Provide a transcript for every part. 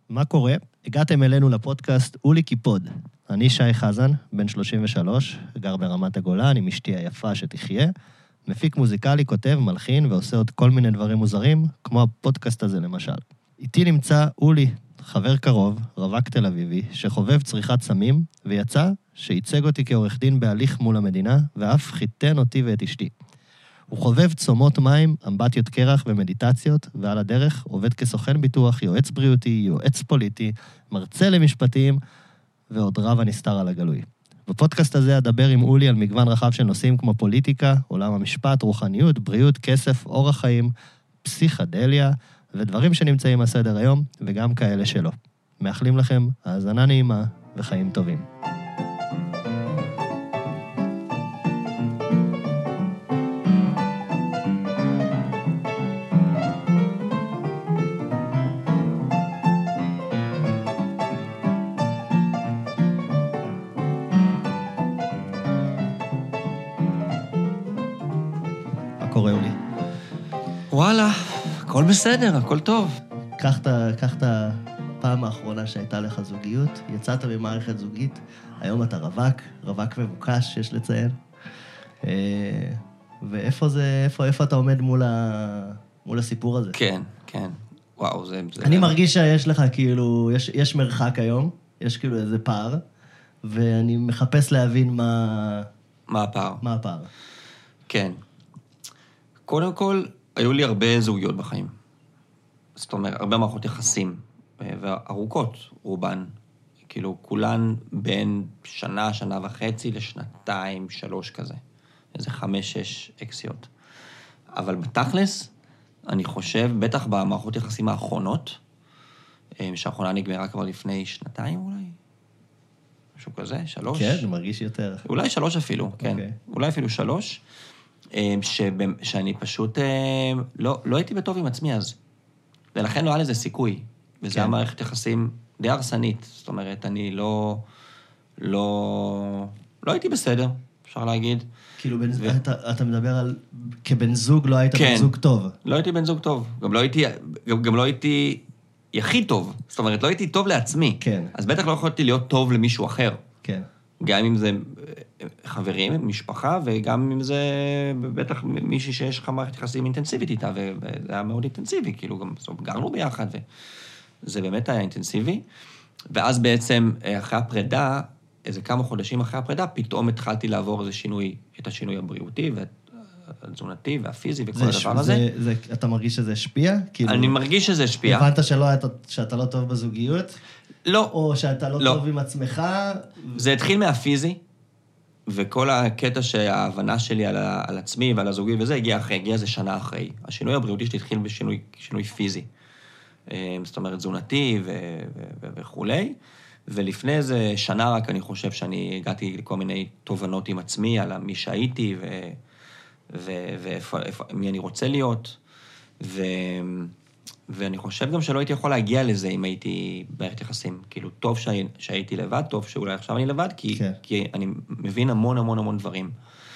מה קורה? הגעתם אלינו לפודקאסט אולי קיפוד. אני שי חזן, בן 33, גר ברמת הגולן עם אשתי היפה שתחיה, מפיק מוזיקלי, כותב, מלחין ועושה עוד כל מיני דברים מוזרים, כמו הפודקאסט הזה למשל. איתי נמצא אולי, חבר קרוב, רווק תל אביבי, שחובב צריכת סמים, ויצא שייצג אותי כעורך דין בהליך מול המדינה, ואף חיתן אותי ואת אשתי. הוא חובב צומות מים, אמבטיות קרח ומדיטציות, ועל הדרך עובד כסוכן ביטוח, יועץ בריאותי, יועץ פוליטי, מרצה למשפטים, ועוד רב הנסתר על הגלוי. בפודקאסט הזה אדבר עם אולי על מגוון רחב של נושאים כמו פוליטיקה, עולם המשפט, רוחניות, בריאות, כסף, אורח חיים, פסיכדליה, ודברים שנמצאים על סדר היום, וגם כאלה שלא. מאחלים לכם האזנה נעימה וחיים טובים. קורה אולי. וואלה, הכל בסדר, הכל טוב. קח את הפעם האחרונה שהייתה לך זוגיות, יצאת ממערכת זוגית, היום אתה רווק מבוקש, יש לציין. ואיפה זה, איפה אתה עומד מול הסיפור הזה? כן, כן. וואו, זה... אני מרגיש שיש לך כאילו, יש מרחק היום, יש כאילו איזה פער, ואני מחפש להבין מה הפער? מה הפער. כן. קודם כל, היו לי הרבה זוגיות בחיים. זאת אומרת, הרבה מערכות יחסים, וארוכות רובן. כאילו, כולן בין שנה וחצי לשנתיים, 3 כזה. איזה 5-6 אקסיות. אבל בתכלס, אני חושב, בטח במערכות יחסים האחרונות, שהאחרונה נגמרה כבר לפני 2 אולי? משהו כזה, 3? כן, זה מרגיש יותר. אולי 3 אפילו, כן. אולי אפילו 3. שאני פשוט לא הייתי בטוב עם עצמי אז. ולכן לא היה לזה סיכוי. וזה היה מערכת יחסים די הרסנית. זאת אומרת, אני לא הייתי בסדר, אפשר להגיד. כאילו, אתה מדבר על כבן זוג לא היית בן זוג טוב. לא הייתי בן זוג טוב. גם לא הייתי יחיד טוב. זאת אומרת, לא הייתי טוב לעצמי. כן. אז בטח לא יכולתי להיות טוב למישהו אחר. כן. גם אם זה חברים, משפחה, וגם אם זה בטח מישהי שיש לך מערכת יחסים אינטנסיבית איתה, וזה היה מאוד אינטנסיבי, כאילו גם גרנו ביחד, וזה באמת היה אינטנסיבי. ואז בעצם אחרי הפרידה, איזה כמה חודשים אחרי הפרידה, פתאום התחלתי לעבור איזה שינוי, את השינוי הבריאותי, והתזונתי, והפיזי, וכל הדבר הזה. אתה מרגיש שזה השפיע? אני מרגיש שזה השפיע. הבנת שאתה לא טוב בזוגיות? לא. או שאתה לא טוב עם עצמך? זה התחיל מהפיזי, וכל הקטע שההבנה שלי על עצמי ועל הזוגיות וזה הגיע איזה שנה אחרי. השינוי הבריאותי שלי התחיל בשינוי פיזי. זאת אומרת, תזונתי וכולי. ולפני איזה שנה רק אני חושב שאני הגעתי לכל מיני תובנות עם עצמי על מי שהייתי ומי אני רוצה להיות. ואני חושב גם שלא הייתי יכול להגיע לזה אם הייתי בערכת יחסים. כאילו, טוב שהייתי לבד, טוב שאולי עכשיו אני לבד, כי אני מבין המון דברים.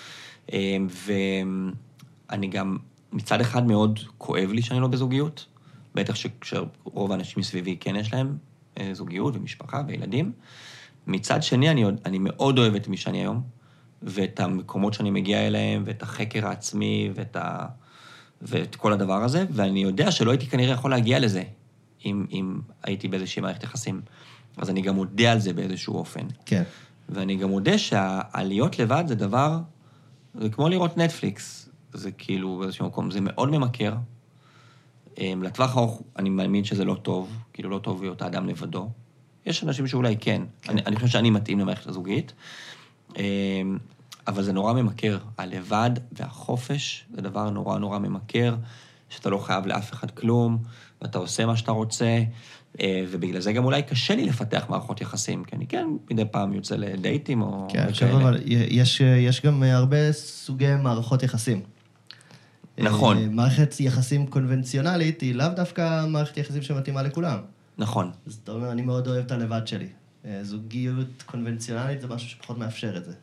ואני גם מצד אחד מאוד כואב לי שאני לא בזוגיות, בטח שרוב האנשים מסביבי כן יש להם זוגיות ומשפחה וילדים. מצד שני, אני מאוד אוהב את מי שאני היום, ואת המקומות שאני מגיע אליהם, ואת החקר העצמי, ואת כל הדבר הזה, ואני יודע שלא הייתי כנראה יכול להגיע לזה, אם הייתי באיזושהי מערכת יחסים. אז אני גם מודה על זה באיזשהו אופן. כן. ואני גם מודה שהעליות לבד זה דבר, זה כמו לראות נטפליקס, זה כאילו באיזשהו מקום, זה מאוד ממכר. לטווח הארוך אני מאמין שזה לא טוב, כאילו לא טוב להיות האדם לבדו. יש אנשים שאולי כן. אני חושב שאני מתאים למערכת הזוגית. אבל זה נורא ממכר. הלבד והחופש זה דבר נורא ממכר, שאתה לא חייב לאף אחד כלום, ואתה עושה מה שאתה רוצה, ובגלל זה גם אולי קשה לי לפתח מערכות יחסים, כי אני כן מדי פעם יוצא לדייטים או כן, כאלה. אבל יש גם הרבה סוגי מערכות יחסים. נכון. מערכת יחסים קונבנציונלית היא לאו דווקא מערכת יחסים שמתאימה לכולם. נכון. אז אתה אומר, אני מאוד אוהב את הלבד שלי. זוגיות קונבנציונלית זה משהו שפחות מאפשר את זה.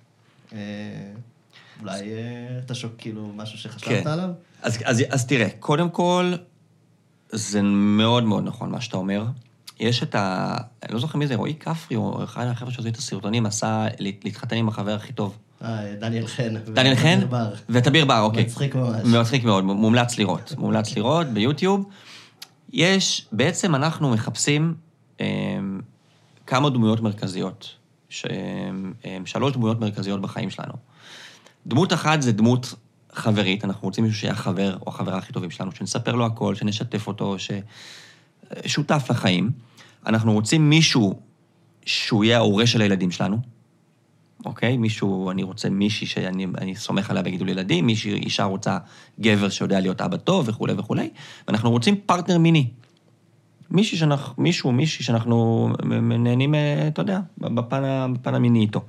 אולי אתה שוק כאילו משהו שחשבת עליו? אז תראה, קודם כל, זה מאוד מאוד נכון מה שאתה אומר. יש את אני לא זוכר מי זה, רועי כפרי, או אחד החבר'ה שעושים את הסרטונים, עשה להתחתן עם החבר הכי טוב. דניאל חן. דניאל חן? ותביר בר, אוקיי. מצחיק ממש. מצחיק מאוד, מומלץ לראות ביוטיוב. בעצם אנחנו מחפשים כמה דמויות מרכזיות, 3 דמויות מרכזיות בחיים שלנו. דמות אחת זה דמות חברית, אנחנו רוצים מישהו שיהיה החבר או החברה הכי טובים שלנו, שנספר לו הכל, שנשתף אותו, ששותף לחיים. אנחנו רוצים מישהו שהוא יהיה ההורה של הילדים שלנו, אוקיי? אני רוצה מישהי שאני סומך עליה בגידול ילדים, אישה רוצה גבר שיודע להיות אבא טוב וכו' וכו'. ואנחנו רוצים פרטנר מיני. מישהי שאנחנו נהנים, אתה יודע, בפן המיני איתו.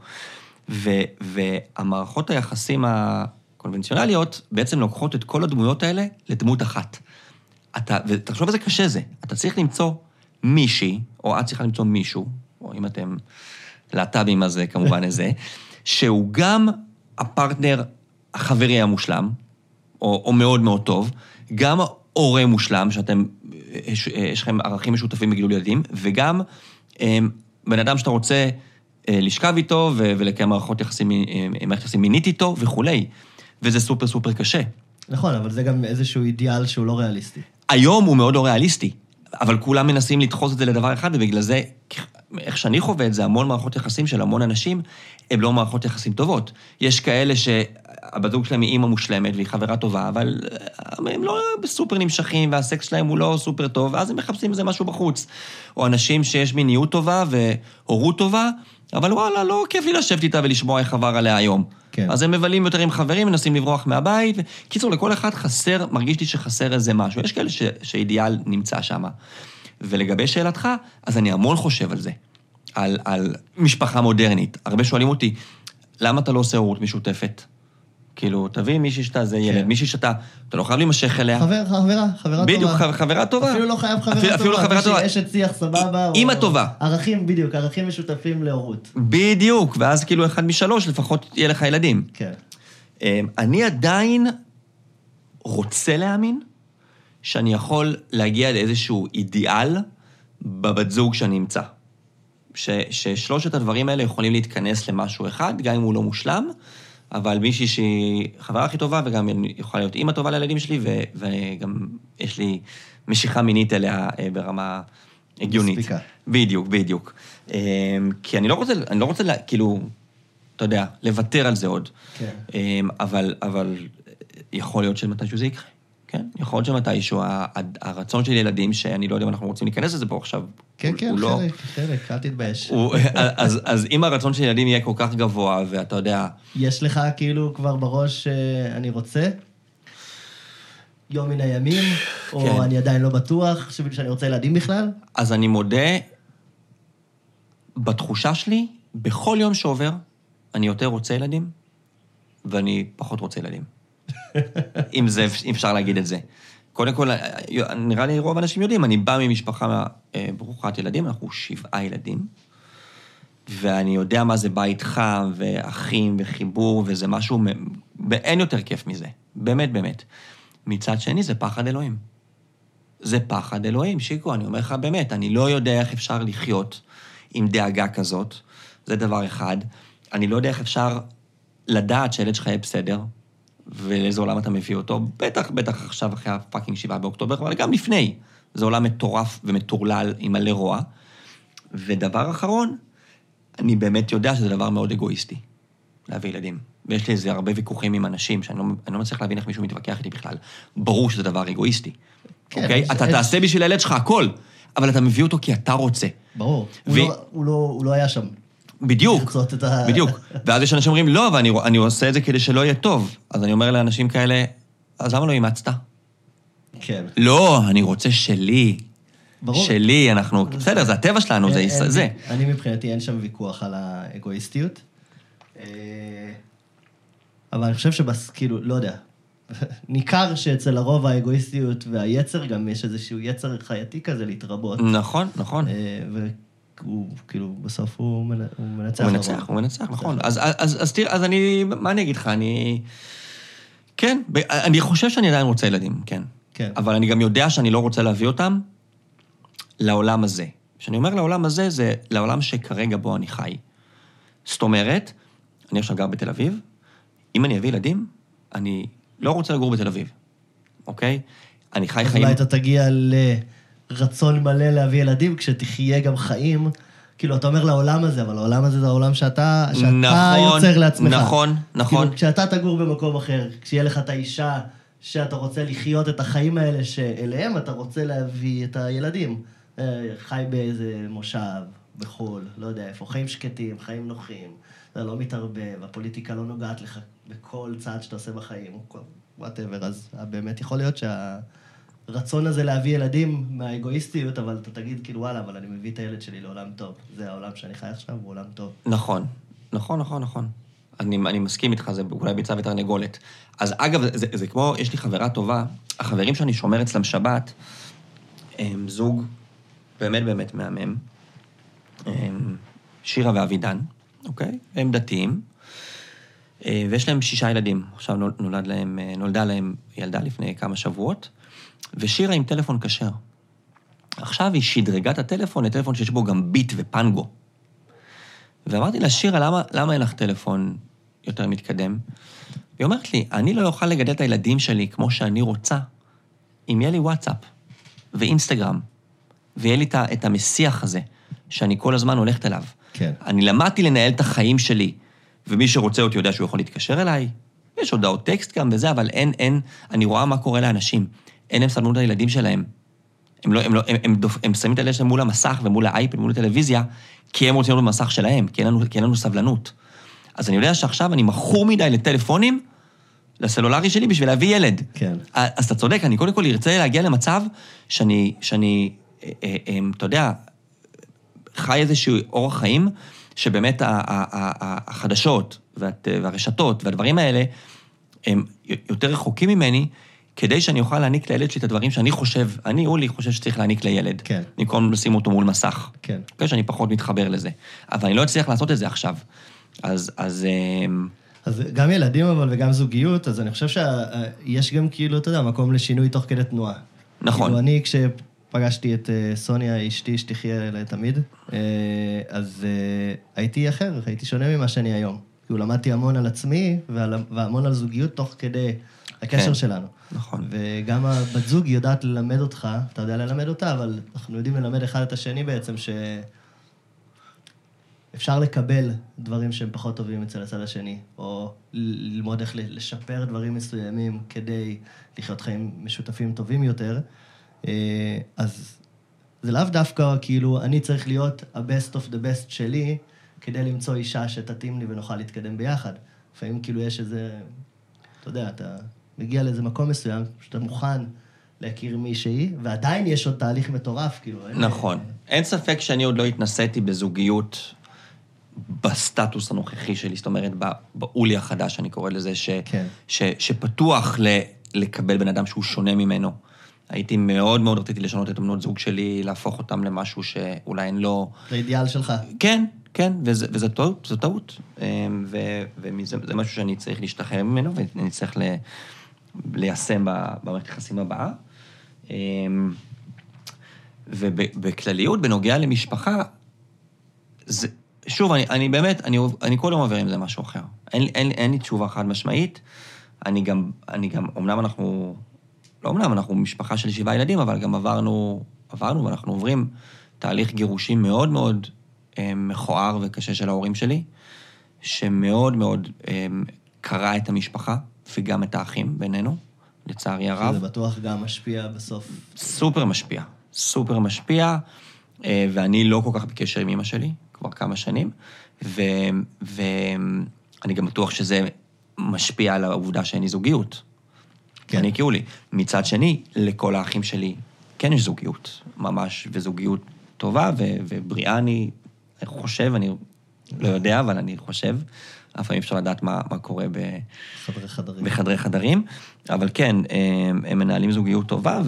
והמערכות היחסים הקונבנציונליות בעצם לוקחות את כל הדמויות האלה לדמות אחת. ותחשוב איזה קשה זה. אתה צריך למצוא מישהי, או את צריכה למצוא מישהו, או אם אתם להט"בים, אז כמובן איזה, שהוא גם הפרטנר החברי המושלם, או מאוד מאוד טוב, גם הורה מושלם, יש לכם ערכים משותפים בגידול ילדים, וגם בן אדם שאתה רוצה לשכב איתו, ולקיים מערכת יחסים מינית איתו, וכולי. וזה סופר סופר קשה. נכון, אבל זה גם איזשהו אידיאל שהוא לא ריאליסטי. היום הוא מאוד לא ריאליסטי, אבל כולם מנסים לדחוס את זה לדבר אחד, ובגלל זה, איך שאני חווה את זה, המון מערכות יחסים של המון אנשים, הם לא מערכות יחסים טובות. יש כאלה שהבת זוג שלהם היא אימא מושלמת, והיא חברה טובה, אבל הם לא סופר נמשכים, והסקס שלהם הוא לא סופר טוב, ואז הם מחפשים איזה משהו בחוץ. או אנשים שיש מיניות טובה והורות טובה, אבל וואלה, לא כיף לי לשבת איתה ולשמוע איך עבר עליה היום. כן. אז הם מבלים יותר עם חברים, מנסים לברוח מהבית. קיצור, לכל אחד מרגיש לי שחסר איזה משהו. יש כאלה שאידיאל נמצא שם. ולגבי שאלתך, אז אני המון חושב על זה. על משפחה מודרנית. הרבה שואלים אותי, למה אתה לא עושה הורות משותפת? כאילו, תביא מישהי שאתה, זה ילד, מישהי שאתה, אתה לא חייב להימשך אליה. חברה טובה. בדיוק, חברה טובה. אפילו לא חייב חברה טובה. יש את שיח סבבה. אמא טובה. ערכים, בדיוק, ערכים משותפים להורות. בדיוק, ואז כאילו 1 מ-3, לפחות יהיה לך ילדים. כן. אני עדיין רוצה להאמין שאני יכול להגיע לאיזשהו אידיאל בבת זוג שאני אמצא. ששלושת הדברים האלה יכולים להתכנס למשהו אחד, גם אם הוא לא מושלם, אבל מישהי שהיא חברה הכי טובה, וגם יכולה להיות אימא טובה לילדים שלי, וגם יש לי משיכה מינית אליה ברמה הגיונית. מספיקה. בדיוק. כי אני לא רוצה, כאילו, אתה יודע, לוותר על זה עוד. כן. אבל יכול להיות שמתישהו זה יקרה. כן? יכול להיות שמתישהו הרצון של ילדים, שאני לא יודע אם אנחנו רוצים להיכנס לזה פה עכשיו. כן, חלק, אל תתבייש. אז אם הרצון של ילדים יהיה כל כך גבוה, ואתה יודע... יש לך כאילו כבר בראש אני רוצה, יום מן הימים, או אני עדיין לא בטוח שאני רוצה ילדים בכלל? אז אני מודה, בתחושה שלי, בכל יום שעובר, אני יותר רוצה ילדים, ואני פחות רוצה ילדים. אם אפשר להגיד את זה. קודם כל, נראה לי רוב האנשים יודעים, אני בא ממשפחה ברוכת ילדים, אנחנו 7 ילדים, ואני יודע מה זה בית חם, ואחים, וחיבור, וזה משהו, אין יותר כיף מזה. באמת, באמת. מצד שני, זה פחד אלוהים. זה פחד אלוהים, שיקו, אני אומר לך באמת, אני לא יודע איך אפשר לחיות עם דאגה כזאת, זה דבר אחד. אני לא יודע איך אפשר לדעת שהילד שלך יהיה בסדר, ולאיזה עולם אתה מביא אותו, בטח עכשיו אחרי הפאקינג 7 באוקטובר, אבל גם לפני. זה עולם מטורף ומטורלל עם מלא רוע. ודבר אחרון, אני באמת יודע שזה דבר מאוד אגואיסטי, להביא ילדים. ויש לי איזה הרבה ויכוחים עם אנשים, שאני לא מצליח להבין איך מישהו מתווכח איתי בכלל. ברור שזה דבר אגואיסטי. כן, אוקיי? אתה תעשה בשביל הילד שלך הכל, אבל אתה מביא אותו כי אתה רוצה. ברור. הוא לא היה שם. בדיוק. ואז יש אנשים שאומרים, לא, אבל אני עושה את זה כדי שלא יהיה טוב. אז אני אומר לאנשים כאלה, אז למה לא אימצת? כן. לא, אני רוצה שלי. ברור. שלי, אנחנו, בסדר, זה הטבע שלנו, זה. אני מבחינתי, אין שם ויכוח על האגואיסטיות. אבל אני חושב כאילו, לא יודע, ניכר שאצל הרוב האגואיסטיות והיצר, גם יש איזשהו יצר חייתי כזה להתרבות. נכון. והוא, כאילו, בסוף הוא מנצח. הוא מנצח, נכון. אז תראה, אז מה אני אגיד לך? כן, אני חושב שאני עדיין רוצה ילדים, כן. אבל אני גם יודע שאני לא רוצה להביא אותם לעולם הזה. כשאני אומר לעולם הזה, זה לעולם שכרגע בו אני חי. זאת אומרת, אני עכשיו גר בתל אביב, אם אני אביא ילדים, אני לא רוצה לגור בתל אביב, אוקיי? אני חי חיים... אולי אתה תגיע לרצון מלא להביא ילדים, כשתחיה גם חיים, כאילו, אתה אומר לעולם הזה, אבל העולם הזה זה העולם שאתה יוצר לעצמך. נכון. כאילו, כשאתה תגור במקום אחר, כשיהיה לך את האישה שאתה רוצה לחיות את החיים האלה שאליהם, אתה רוצה להביא את הילדים. חי באיזה מושב, בחול, לא יודע איפה, חיים שקטים, חיים נוחים, אתה לא מתערבב, הפוליטיקה לא נוגעת לך בכל צעד שאתה עושה בחיים, whatever, אז באמת יכול להיות שהרצון הזה להביא ילדים מהאגואיסטיות, אבל אתה תגיד כאילו וואלה, אבל אני מביא את הילד שלי לעולם טוב, זה העולם שאני חי עכשיו, הוא עולם טוב. נכון. אני מסכים איתך, זה אולי ביצה ותרנגולת. אז אגב, זה כמו, יש לי חברה טובה, החברים שאני שומר אצלם שבת, הם זוג באמת מהמם, שירה ואבידן, אוקיי? הם דתיים, ויש להם 6 ילדים. עכשיו נולדה להם ילדה לפני כמה שבועות, ושירה עם טלפון כשר. עכשיו היא שדרגה את הטלפון לטלפון שיש בו גם ביט ופנגו. ואמרתי לה, שירה, למה אין לך טלפון יותר מתקדם? והיא אומרת לי, אני לא אוכל לגדל את הילדים שלי כמו שאני רוצה, אם יהיה לי וואטסאפ ואינסטגרם, ויהיה לי את המשיח הזה, שאני כל הזמן הולכת אליו. כן. אני למדתי לנהל את החיים שלי, ומי שרוצה אותי יודע שהוא יכול להתקשר אליי. יש הודעות טקסט גם וזה, אבל אני רואה מה קורה לאנשים. אין להם סבלנות לילדים שלהם. הם שמים את הילד שלהם מול המסך ומול האייפד, מול הטלוויזיה, כי הם רוצים להיות במסך שלהם, כי אין לנו סבלנות. אז אני יודע שעכשיו אני מכור מדי לטלפונים, לסלולרי שלי בשביל להביא ילד. כן. אז אתה צודק, אני קודם כל ארצה להגיע למצב שאני, אתה יודע, חי איזשהו אורח חיים, שבאמת החדשות והרשתות והדברים האלה, הם יותר רחוקים ממני, כדי שאני אוכל להעניק לילד שלי את הדברים שאני חושב, אולי חושב שצריך להעניק לילד. כן. במקום לשים אותו מול מסך. כן. שאני פחות מתחבר לזה. אבל אני לא אצליח לעשות את זה עכשיו. אז גם ילדים אבל וגם זוגיות, אז אני חושב שיש גם כאילו, אתה יודע, מקום לשינוי תוך כדי תנועה. נכון. כאילו אני כשפגשתי את סוניה, אשתי, שתחיה לתמיד, אז הייתי אחר, הייתי שונה ממה שאני היום. כאילו למדתי המון על עצמי והמון על זוגיות תוך כדי הקשר שלנו. נכון. וגם הבת זוג יודעת ללמד אותך, אתה יודע ללמד אותה, אבל אנחנו יודעים ללמד אחד את השני בעצם, אפשר לקבל דברים שהם פחות טובים אצל הצד השני, או ללמוד איך לשפר דברים מסוימים כדי לחיות חיים משותפים טובים יותר. אז זה לאו דווקא, כאילו, אני צריך להיות ה-best of the best שלי, כדי למצוא אישה שתתאים לי ונוכל להתקדם ביחד. לפעמים כאילו יש איזה, אתה יודע, אתה מגיע לאיזה מקום מסוים, שאתה מוכן להכיר מישהי, ועדיין יש עוד תהליך מטורף, כאילו. נכון. אין ספק שאני עוד לא התנסיתי בזוגיות בסטטוס הנוכחי שלי, זאת אומרת, באולי החדש, אני קורא לזה, שפתוח לקבל בן אדם שהוא שונה ממנו. הייתי מאוד מאוד רציתי לשנות את אמנות זוג שלי, להפוך אותם למשהו שאולי אין לו... זה אידיאל שלך. כן, וזה טעות, זו טעות. וזה משהו שאני צריך להשתחרר ממנו, ואני צריך ליישם במערכת היחסים הבאה. ובכלליות, בנוגע למשפחה, שוב, אני באמת, אני כל יום עובר עם זה משהו אחר. אין לי תשובה חד משמעית. אני גם, אמנם אנחנו משפחה של 7 ילדים, אבל גם עברנו ואנחנו עוברים תהליך גירושים מאוד מאוד מכוער וקשה של ההורים שלי, שמאוד מאוד קרא את המשפחה וגם את האחים בינינו, לצערי הרב. שזה בטוח גם משפיע בסוף. סופר משפיע, ואני לא כל כך בקשר עם אמא שלי, כבר כמה שנים, ואני גם בטוח שזה משפיע על העובדה שאין לי זוגיות. כן. אני הכירו לי. מצד שני, לכל האחים שלי כן יש זוגיות, ממש, וזוגיות טובה ובריאה. אני חושב, אני לא יודע, אבל אני חושב, אף פעם אפשר לדעת מה קורה בחדרי חדרים, אבל כן, הם מנהלים זוגיות טובה,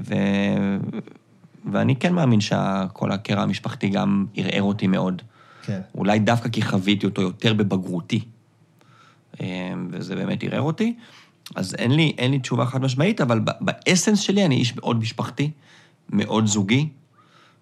ואני כן מאמין שכל הקרע המשפחתי גם ערער אותי מאוד. כן. אולי דווקא כי חוויתי אותו יותר בבגרותי, וזה באמת ערער אותי. אז אין לי תשובה חד משמעית, אבל באסנס שלי אני איש מאוד משפחתי, מאוד זוגי,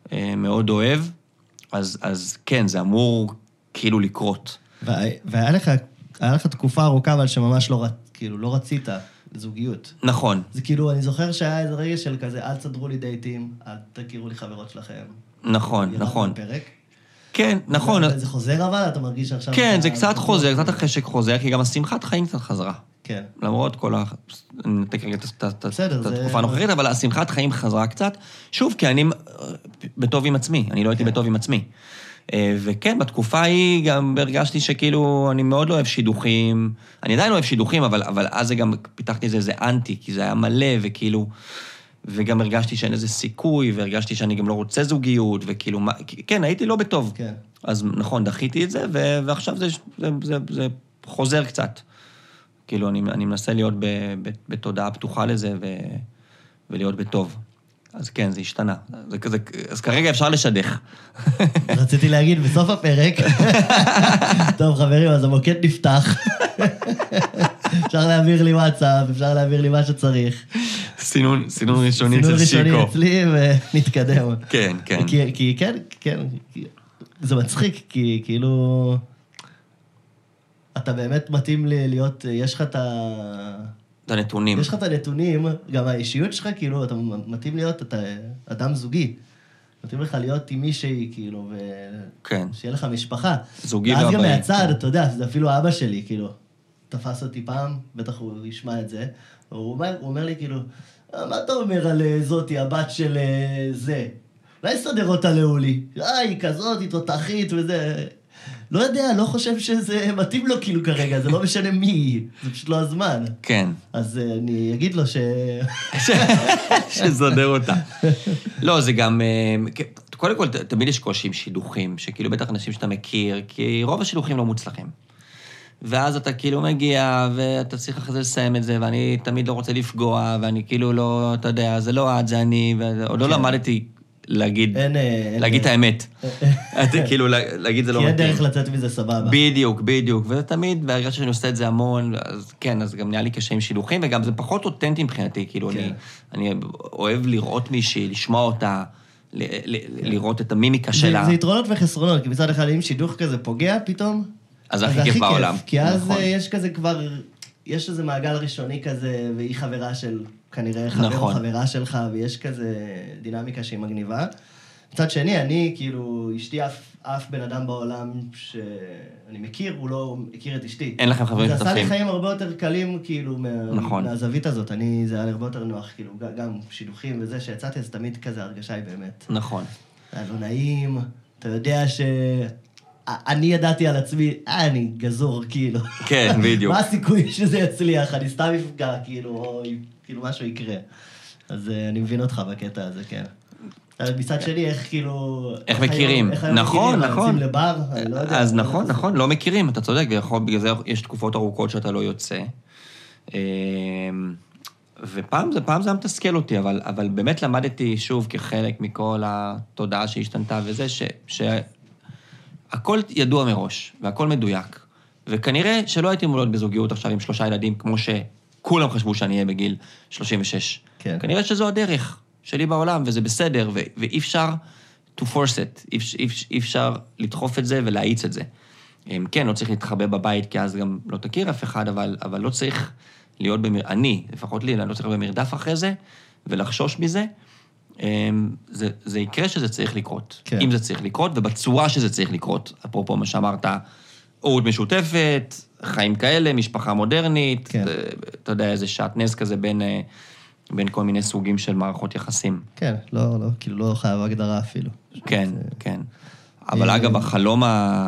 מאוד אוהב, אז כן, זה אמור כאילו לקרות. והיה לך תקופה ארוכה, אבל שממש לא רצית זוגיות. נכון. זה כאילו, אני זוכר שהיה איזה רגע של כזה, אל תסדרו לי דייטים, אל תכירו לי חברות שלכם. נכון. ירד בפרק. כן, נכון. זה חוזר אבל? אתה מרגיש עכשיו... כן, זה קצת חוזר, קצת החשק חוזר, כי גם השמחת חיים קצת חזרה. כן. למרות כל אני נתק רגע את התקופה הנוכחית, אבל השמחת חיים חזרה קצת. שוב, כי אני בטוב עם עצמי, אני לא הייתי בטוב עם עצמי. וכן, בתקופה ההיא גם הרגשתי שכאילו, אני מאוד לא אוהב שידוכים, אני עדיין לא אוהב שידוכים, אבל אז זה גם פיתחתי איזה אנטי, כי זה היה מלא, וכאילו, וגם הרגשתי שאין איזה סיכוי, והרגשתי שאני גם לא רוצה זוגיות, וכאילו, כן, הייתי לא בטוב. כן. אז נכון, דחיתי את זה, ועכשיו זה חוזר קצת. כאילו, אני מנסה להיות בתודעה פתוחה לזה, ולהיות בטוב. אז כן, זה השתנה. אז כרגע אפשר לשדך. רציתי להגיד, בסוף הפרק, טוב חברים, אז המוקד נפתח. אפשר להעביר לי וואטסאפ, אפשר להעביר לי מה שצריך. סינון ראשוני של שיקו. סינון ראשוני אצלי ונתקדם. כן, כן. כי כן, זה מצחיק, כי כאילו, אתה באמת מתאים להיות, יש לך את הנתונים. יש לך את הנתונים, גם האישיות שלך, כאילו, אתה מתאים להיות, אתה אדם זוגי. מתאים לך להיות עם מישהי, כאילו, ושיהיה לך משפחה. זוגי ואז והבאים. גם מהצד, אתה יודע, זה אפילו אבא שלי, כאילו, תפס אותי פעם, בטח הוא ישמע את זה, הוא אומר לי, כאילו, מה אתה אומר על זאתי, הבת של זה? אולי סדר אותה לאולי. היא כזאת, היא תותחית וזה. לא יודע, לא חושב שזה מתאים לו כאילו כרגע, זה לא משנה מי היא, זה פשוט לא הזמן. כן. אז אני אגיד לו שסדר אותה. לא, זה גם, קודם כל, תמיד יש קושי עם שידוכים, שכאילו בטח אנשים שאתה מכיר, כי רוב השידוכים לא מוצלחים. ואז אתה כאילו מגיע, ואתה צריך אחרי זה לסיים את זה, ואני תמיד לא רוצה לפגוע, ואני כאילו לא, אתה יודע, זה לא את, זה אני, ועוד לא למדתי להגיד את האמת. כאילו, להגיד זה לא מתאים. כי אין דרך לצאת מזה סבבה. בדיוק. וזה תמיד, והרגע שאני עושה את זה המון, אז כן, אז גם נהיה לי קשה עם שידוכים, וגם זה פחות אותנטי מבחינתי, כאילו, אני אוהב לראות מישהי, לשמוע אותה, לראות את המימיקה שלה. זה יתרונות וחסרונות, כי מצד אחד, אם שידוך כזה פוגע פתאום, אז זה הכי כיף בעולם. כי אז יש כזה כבר, יש איזה מעגל ראשוני כזה, והיא חברה של, כנראה חבר או חברה שלך, ויש כזה דינמיקה שהיא מגניבה. מצד שני, אני, כאילו, אשתי אף בן אדם בעולם שאני מכיר, הוא לא מכיר את אשתי. אין לכם חברים שותפים. זה עשה לי חיים הרבה יותר קלים, כאילו, מהזווית הזאת. זה היה הרבה יותר נוח, כאילו, גם שידוכים וזה שיצאתי, אז תמיד כזה הרגשה היא באמת. נכון. היה לא נעים, אתה יודע אני ידעתי על עצמי, אני גזור, כאילו. כן, בדיוק. מה הסיכוי שזה יצליח? אני סתם יפגע, כאילו, או כאילו משהו יקרה. אז אני מבין אותך בקטע הזה, כן. מצד שלי, איך כאילו... איך מכירים? נכון. יוצאים לבר, אני לא יודע. אז נכון, לא מכירים, אתה צודק, בגלל זה יש תקופות ארוכות שאתה לא יוצא. ופעם זה היה מתסכל אותי, אבל באמת למדתי שוב כחלק מכל התודעה שהשתנתה וזה, הכל ידוע מראש, והכל מדויק. וכנראה שלא הייתי מולד בזוגיות עכשיו עם 3 ילדים, כמו שכולם חשבו שאני אהיה בגיל 36. כן. כנראה שזו הדרך שלי בעולם, וזה בסדר, ואי אפשר to force it, אי אפשר לדחוף את זה ולהאיץ את זה. כן, לא צריך להתחבא בבית, כי אז גם לא תכיר אף אחד, אבל לא צריך להיות לפחות לי, אני לא צריך להיות במרדף אחרי זה, ולחשוש מזה. זה יקרה שזה צריך לקרות. כן. אם זה צריך לקרות, ובצורה שזה צריך לקרות. אפרופו מה שאמרת, הורות משותפת, חיים כאלה, משפחה מודרנית, כן. אתה יודע, איזה שעטנז כזה בין כל מיני סוגים של מערכות יחסים. כן, כאילו לא חייב הגדרה אפילו. כן, כן. אבל אגב, החלום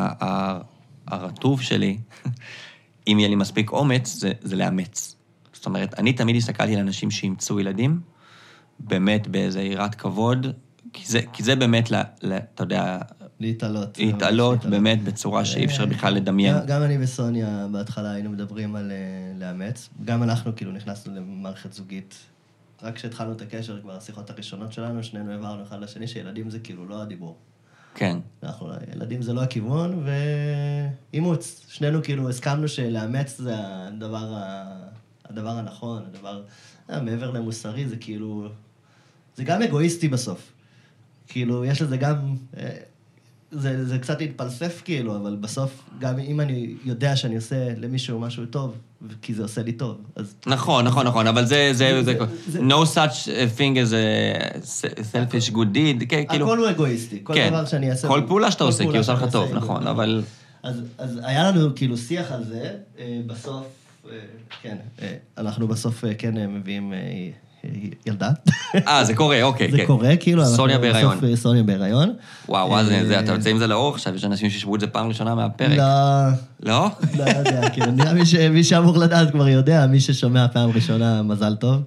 הרטוב שלי, אם יהיה לי מספיק אומץ, זה לאמץ. זאת אומרת, אני תמיד הסתכלתי על אנשים שימצאו ילדים, באמת באיזו יראת כבוד, כי זה באמת, אתה יודע... להתעלות באמת בצורה שאי אפשר בכלל לדמיין. גם אני וסוניה בהתחלה היינו מדברים על לאמץ. גם אנחנו כאילו נכנסנו למערכת זוגית. רק כשהתחלנו את הקשר, כבר השיחות הראשונות שלנו, שנינו העברנו אחד לשני, שילדים זה כאילו לא הדיבור. כן. ילדים זה לא הכיוון, ואימוץ. שנינו כאילו הסכמנו שלאמץ זה הדבר הנכון, הדבר מעבר למוסרי, זה כאילו... זה גם אגואיסטי בסוף. כאילו, יש לזה גם... זה קצת התפלסף כאילו, אבל בסוף, גם אם אני יודע שאני עושה למישהו משהו טוב, כי זה עושה לי טוב, אז... נכון, אבל זה... No such thing as a selfish good deed, כאילו... הכל הוא אגואיסטי, כל דבר שאני אעשה... כל פעולה שאתה עושה, כי עושה לך טוב, נכון, אבל... אז היה לנו כאילו שיח על זה, בסוף, כן, אנחנו בסוף כן מביאים ילדה. זה קורה, אוקיי, כן. זה קורה, כאילו, סוניה בהיריון. בסוף סוניה בהיריון. וואו, אתה יוצא עם זה לאור עכשיו, יש אנשים שישבו את זה פעם ראשונה מהפרק. לא? לא יודע, כאילו, מי שאמור לדעת כבר יודע, מי ששומע פעם ראשונה, מזל טוב.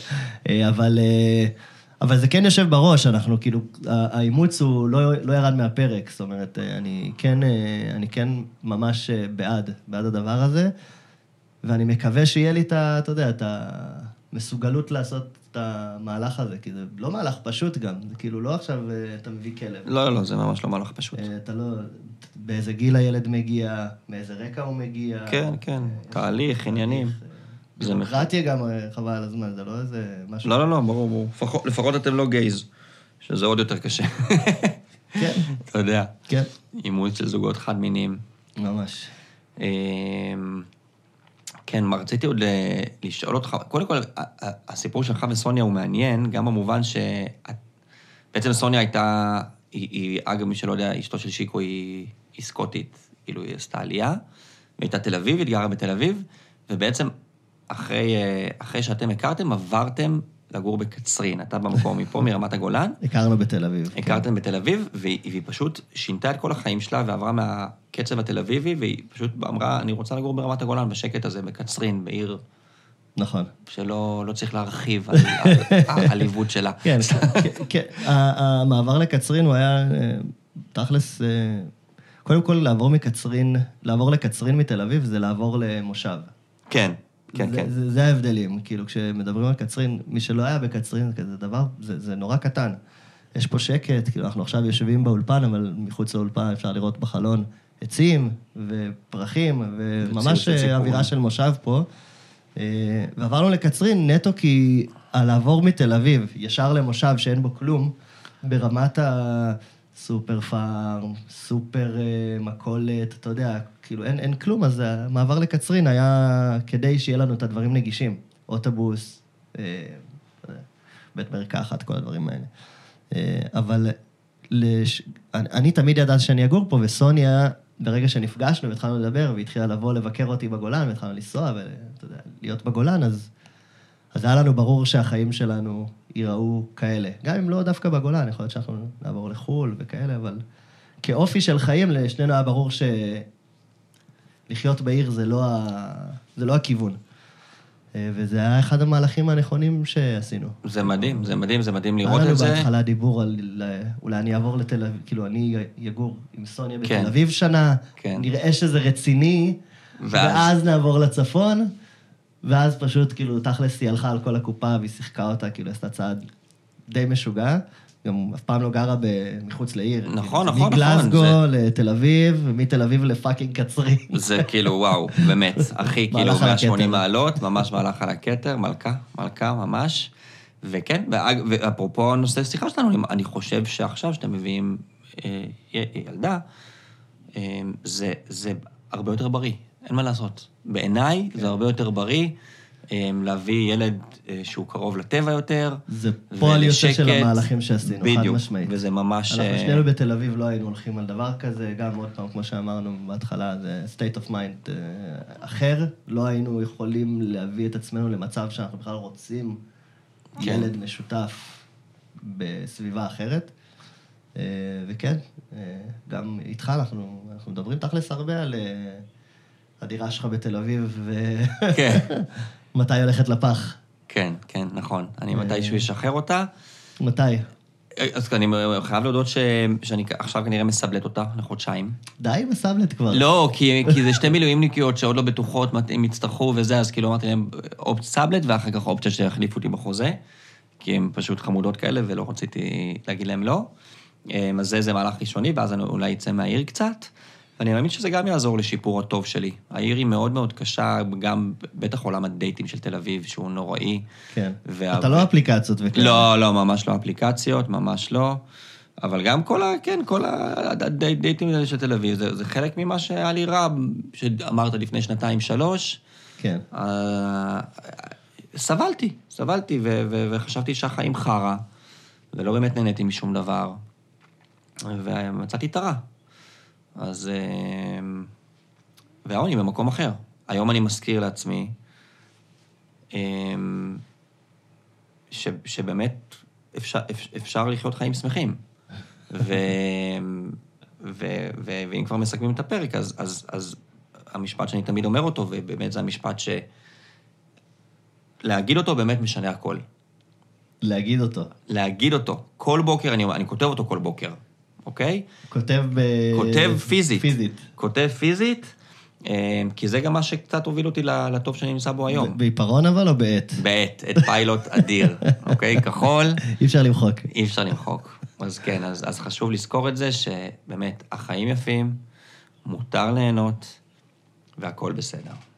אבל זה כן יושב בראש, אנחנו כאילו, האימוץ הוא לא ירד מהפרק, זאת אומרת, אני כן ממש בעד הדבר הזה, ואני מקווה שיהיה לי אתה יודע, את המסוגלות לעשות את המהלך הזה, כי זה לא מהלך פשוט גם, זה כאילו לא עכשיו אתה מביא כלב. לא, זה ממש לא מהלך פשוט. אתה לא, באיזה גיל הילד מגיע, מאיזה רקע הוא מגיע. כן, תהליך, עניינים. בירוקרטיה גם חבל על הזמן, זה לא איזה משהו... לא, ברור. לפחות אתם לא גייז, שזה עוד יותר קשה. כן. אתה יודע. כן. אימוץ של זוגות חד מיניים. ממש. כן, רציתי עוד לשאול אותך, קודם כל, הסיפור שלך וסוניה הוא מעניין, גם במובן בעצם סוניה הייתה, אגב, מי שלא יודע, אשתו של שיקו היא סקוטית, כאילו היא עשתה עלייה, והייתה תל אביב, התגרה בתל אביב, ובעצם אחרי שאתם הכרתם, עברתם לגור בקצרין. אתה במקום מפה, מרמת הגולן. הכרנו בתל אביב. הכרתם בתל אביב, והיא פשוט שינתה את כל החיים שלה, ועברה מהקצב התל אביבי, והיא פשוט אמרה, אני רוצה לגור ברמת הגולן, בשקט הזה, בקצרין, בעיר... נכון. שלא צריך להרחיב על העליבות שלה. כן, המעבר לקצרין הוא היה תכלס... קודם כל, לעבור לקצרין מתל אביב, זה לעבור למושב. כן. זה ההבדלים, כאילו כשמדברים על קצרין, מי שלא היה בקצרין, זה דבר, זה נורא קטן. יש פה שקט, כאילו אנחנו עכשיו יושבים באולפן, אבל מחוץ לאולפן אפשר לראות בחלון עצים ופרחים, וממש אווירה של מושב פה. ועברנו לקצרין נטו כי לעבור מתל אביב, ישר למושב שאין בו כלום, ברמת הסופר פארם, סופר מקולת, אתה יודע, כאילו אין כלום, אז המעבר לקצרין היה כדי שיהיה לנו את הדברים נגישים. אוטובוס, בית מרקחת, כל הדברים האלה. אבל אני תמיד ידעתי שאני אגור פה, וסוניה, ברגע שנפגשנו והתחלנו לדבר, והתחילה לבוא לבקר אותי בגולן, והתחלנו לנסוע ולהיות בגולן, אז היה לנו ברור שהחיים שלנו ייראו כאלה. גם אם לא דווקא בגולן, יכול להיות שאנחנו נעבור לחול וכאלה, אבל כאופי של חיים, לשנינו היה ברור לחיות בעיר זה לא הכיוון. וזה היה אחד המהלכים הנכונים שעשינו. זה מדהים לראות את זה. היה לנו בהתחלה דיבור על, אולי אני אעבור לתל אביב, כאילו אני אגור עם סוניה בתל אביב שנה, נראה שזה רציני, ואז נעבור לצפון, ואז פשוט כאילו תכלס היא הלכה על כל הקופה והיא שיחקה אותה, כאילו עשתה צעד די משוגע. גם אף פעם לא גרה מחוץ לעיר. נכון. מגלסגו לתל אביב, ומתל אביב לפאקינג קצרין. זה כאילו, וואו, באמת. אחי, כאילו 180 מעלות, ממש מהלך על הכתר, מלכה, ממש. וכן, ואפרופו נושא שיחה שלנו, אני חושב שעכשיו שאתם מביאים ילדה, זה הרבה יותר בריא. אין מה לעשות. בעיניי זה הרבה יותר בריא. להביא ילד שהוא קרוב לטבע יותר. זה פועל יוצא של המהלכים שעשינו, חד משמעית. וזה ממש... אנחנו שנינו בתל אביב לא היינו הולכים על דבר כזה, גם עוד פעם, כמו שאמרנו בהתחלה, זה state of mind אחר, לא היינו יכולים להביא את עצמנו למצב שאנחנו בכלל רוצים ילד משותף בסביבה אחרת. וכן, גם איתך אנחנו מדברים תכלס הרבה על הדירה שלך בתל אביב, כן. מתי הולכת לפח? כן, נכון. אני מתישהו אשחרר אותה. מתי? אז אני חייב להודות שאני עכשיו כנראה מסבלט אותה לחודשיים. די מסבלט כבר. לא, כי זה שתי מילואימניקיות שעוד לא בטוחות, אם יצטרכו וזה, אז כאילו אמרתי להם סבלט, ואחר כך אופציה שיחליפו אותי בחוזה, כי הן פשוט חמודות כאלה, ולא רציתי להגיד להם לא. אז זה מהלך ראשוני, ואז אני אולי יצא מהעיר קצת. ואני מאמין שזה גם יעזור לשיפור הטוב שלי. העיר היא מאוד מאוד קשה, גם בטח עולם הדייטים של תל אביב, שהוא נוראי. כן. אתה לא אפליקציות וכאלה. לא, ממש לא אפליקציות, ממש לא. אבל גם כל הדייטים האלה של תל אביב, זה חלק ממה שהיה לי רע, שאמרת לפני 2-3. כן. סבלתי, וחשבתי שהחיים חרה, ולא באמת נהניתי משום דבר, ומצאתי את הרע. אז... והיום אני במקום אחר. היום אני מזכיר לעצמי, שבאמת אפשר לחיות חיים שמחים. ואם כבר מסכמים את הפרק, אז המשפט שאני תמיד אומר אותו, ובאמת זה המשפט להגיד אותו באמת משנה הכל. להגיד אותו. כל בוקר, אני כותב אותו כל בוקר, אוקיי? כותב פיזית. כותב פיזית, כי זה גם מה שקצת הוביל אותי לטוב שאני נמצא בו היום. בעיפרון אבל או בעת? בעת, את פיילוט אדיר, אוקיי? כחול. אי אפשר למחוק. אז כן, אז חשוב לזכור את זה, שבאמת החיים יפים, מותר ליהנות, והכל בסדר.